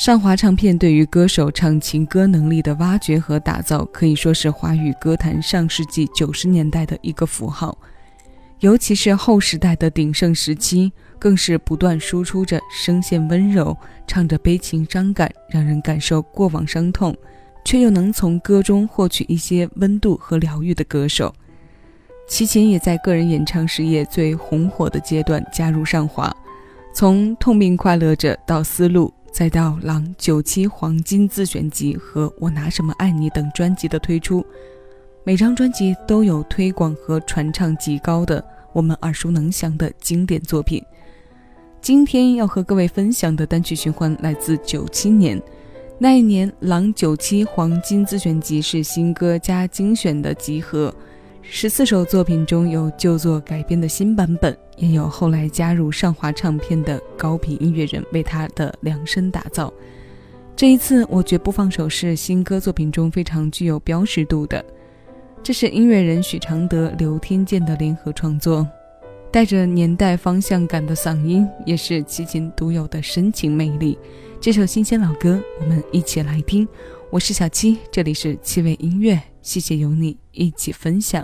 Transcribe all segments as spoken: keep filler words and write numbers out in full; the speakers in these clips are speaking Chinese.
上华唱片对于歌手唱情歌能力的挖掘和打造，可以说是华语歌坛上世纪九十年代的一个符号。尤其是后时代的鼎盛时期，更是不断输出着声线温柔，唱着悲情伤感，让人感受过往伤痛，却又能从歌中获取一些温度和疗愈的歌手。齐秦也在个人演唱事业最红火的阶段加入上华，从痛并快乐着到丝路，再到狼九七黄金自选集和我拿什么爱你等专辑的推出，每张专辑都有推广和传唱极高的我们耳熟能详的经典作品。今天要和各位分享的单曲循环来自九七年，那一年狼九七黄金自选集是新歌加精选的集合，十四首作品中有旧作改编的新版本，也有后来加入上华唱片的高频音乐人为他的量身打造。这一次我绝不放手是新歌作品中非常具有标识度的，这是音乐人许常德、刘天健的联合创作，带着年代方向感的嗓音，也是齐秦独有的深情魅力。这首新鲜老歌我们一起来听，我是小七，这里是七味音乐，谢谢有你一起分享。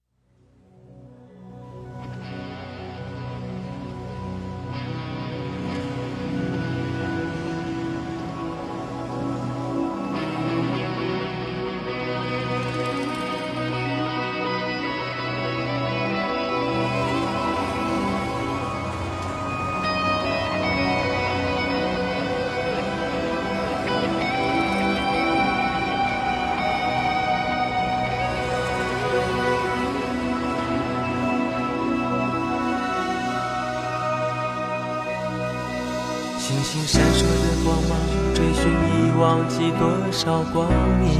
星星闪烁的光芒，追寻已忘记多少光年。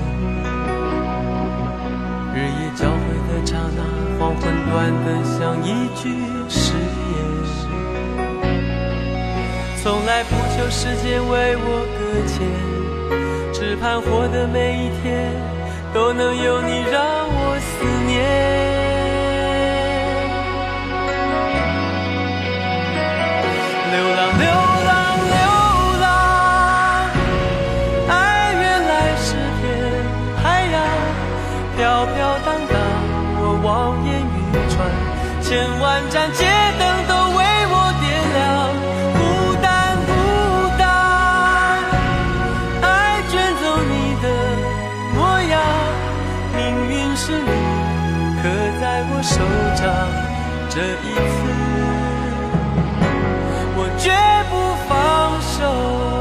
日夜交汇的刹那，黄昏短得像一句誓言。从来不求时间为我搁浅，只盼活的每一天都能有你让我思念。流浪流浪流浪，爱原来是片海洋，飘飘荡荡，我望眼欲穿，千万盏街灯都为我点亮，孤单孤单，爱卷走你的模样，命运是你刻在我手掌，这一次我绝不放手。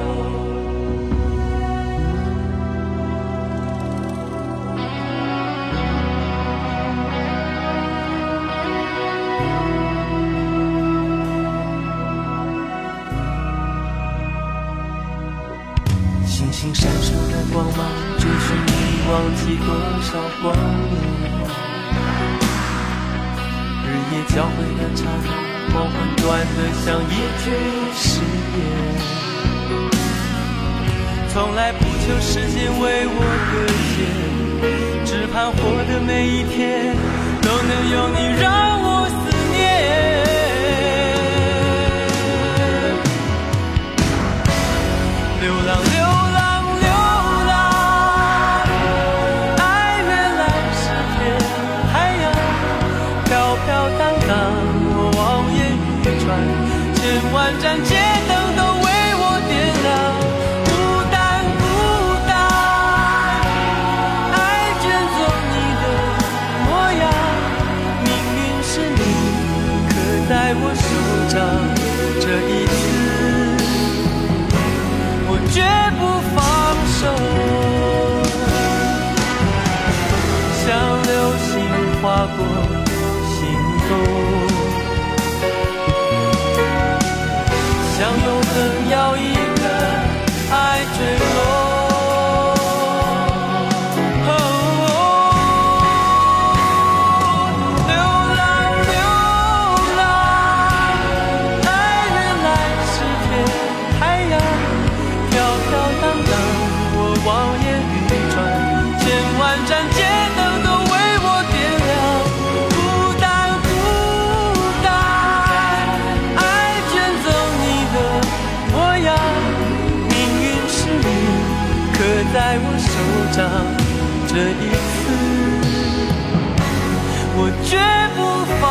星星闪烁的光芒，追寻你忘记多少光年。日夜交汇的刹那，黄昏短得像一句誓言。从来不求时间为我搁浅，只盼活的每一天都能有你让我思念。流浪流浪流浪，爱原来是片海洋，飘飘荡荡，我望眼欲穿，千万盏街灯都为我点亮，孤单孤单，爱卷走你的模样，命运是你刻在我手掌，这一次我绝不放手。像流星划过心头，像永恒要一个爱坠落。流浪流浪，爱原来是片海洋，飘飘荡荡，我望眼欲穿，千万盏街灯都为我点亮，孤单孤单，爱卷走你的模样， 这一次我绝不放